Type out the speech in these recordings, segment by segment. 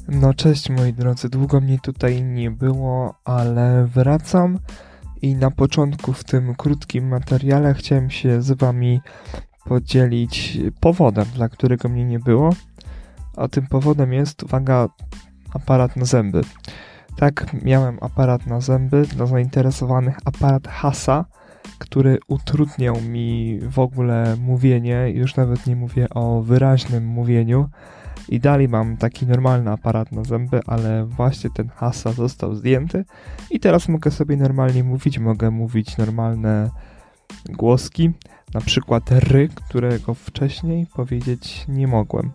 No cześć moi drodzy, długo mnie tutaj nie było, ale wracam i na początku w tym krótkim materiale chciałem się z wami podzielić powodem, dla którego mnie nie było, a tym powodem jest, uwaga, aparat na zęby. Tak, miałem aparat na zęby, dla zainteresowanych aparat Hasa, który utrudniał mi w ogóle mówienie, już nawet nie mówię o wyraźnym mówieniu. I dalej mam taki normalny aparat na zęby, ale właśnie ten Hasa został zdjęty i teraz mogę sobie normalnie mówić, mogę mówić normalne głoski, na przykład ry, którego wcześniej powiedzieć nie mogłem.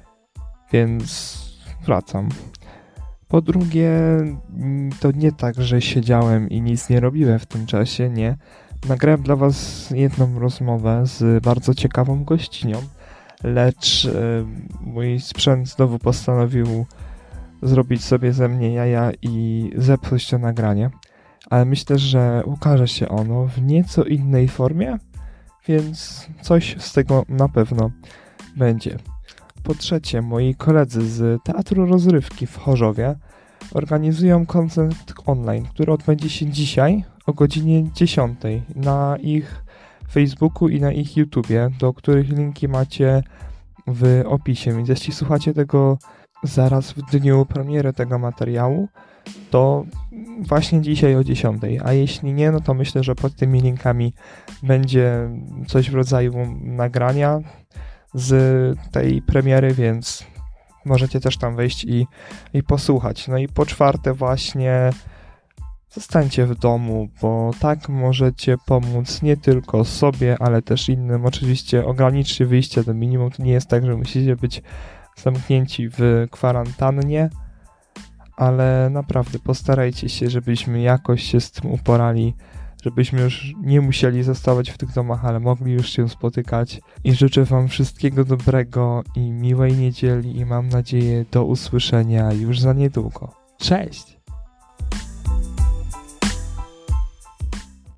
Więc wracam. Po drugie, to nie tak, że siedziałem i nic nie robiłem w tym czasie, nie. Nagrałem dla was jedną rozmowę z bardzo ciekawą gościnią, lecz mój sprzęt znowu postanowił zrobić sobie ze mnie jaja i zepsuć to nagranie, ale myślę, że ukaże się ono w nieco innej formie, więc coś z tego na pewno będzie. Po trzecie, moi koledzy z Teatru Rozrywki w Chorzowie organizują koncert online, który odbędzie się dzisiaj o godzinie 10 na ich Facebooku i na ich YouTubie, do których linki macie w opisie. Więc jeśli słuchacie tego zaraz w dniu premiery tego materiału, to właśnie dzisiaj o 10. A jeśli nie, no to myślę, że pod tymi linkami będzie coś w rodzaju nagrania z tej premiery, więc możecie też tam wejść i posłuchać. No i po czwarte właśnie zostańcie w domu, bo tak możecie pomóc nie tylko sobie, ale też innym. Oczywiście ograniczcie wyjście do minimum. To nie jest tak, że musicie być zamknięci w kwarantannie, ale naprawdę postarajcie się, żebyśmy jakoś się z tym uporali, żebyśmy już nie musieli zostawać w tych domach, ale mogli już się spotykać. I życzę wam wszystkiego dobrego i miłej niedzieli i mam nadzieję do usłyszenia już za niedługo. Cześć!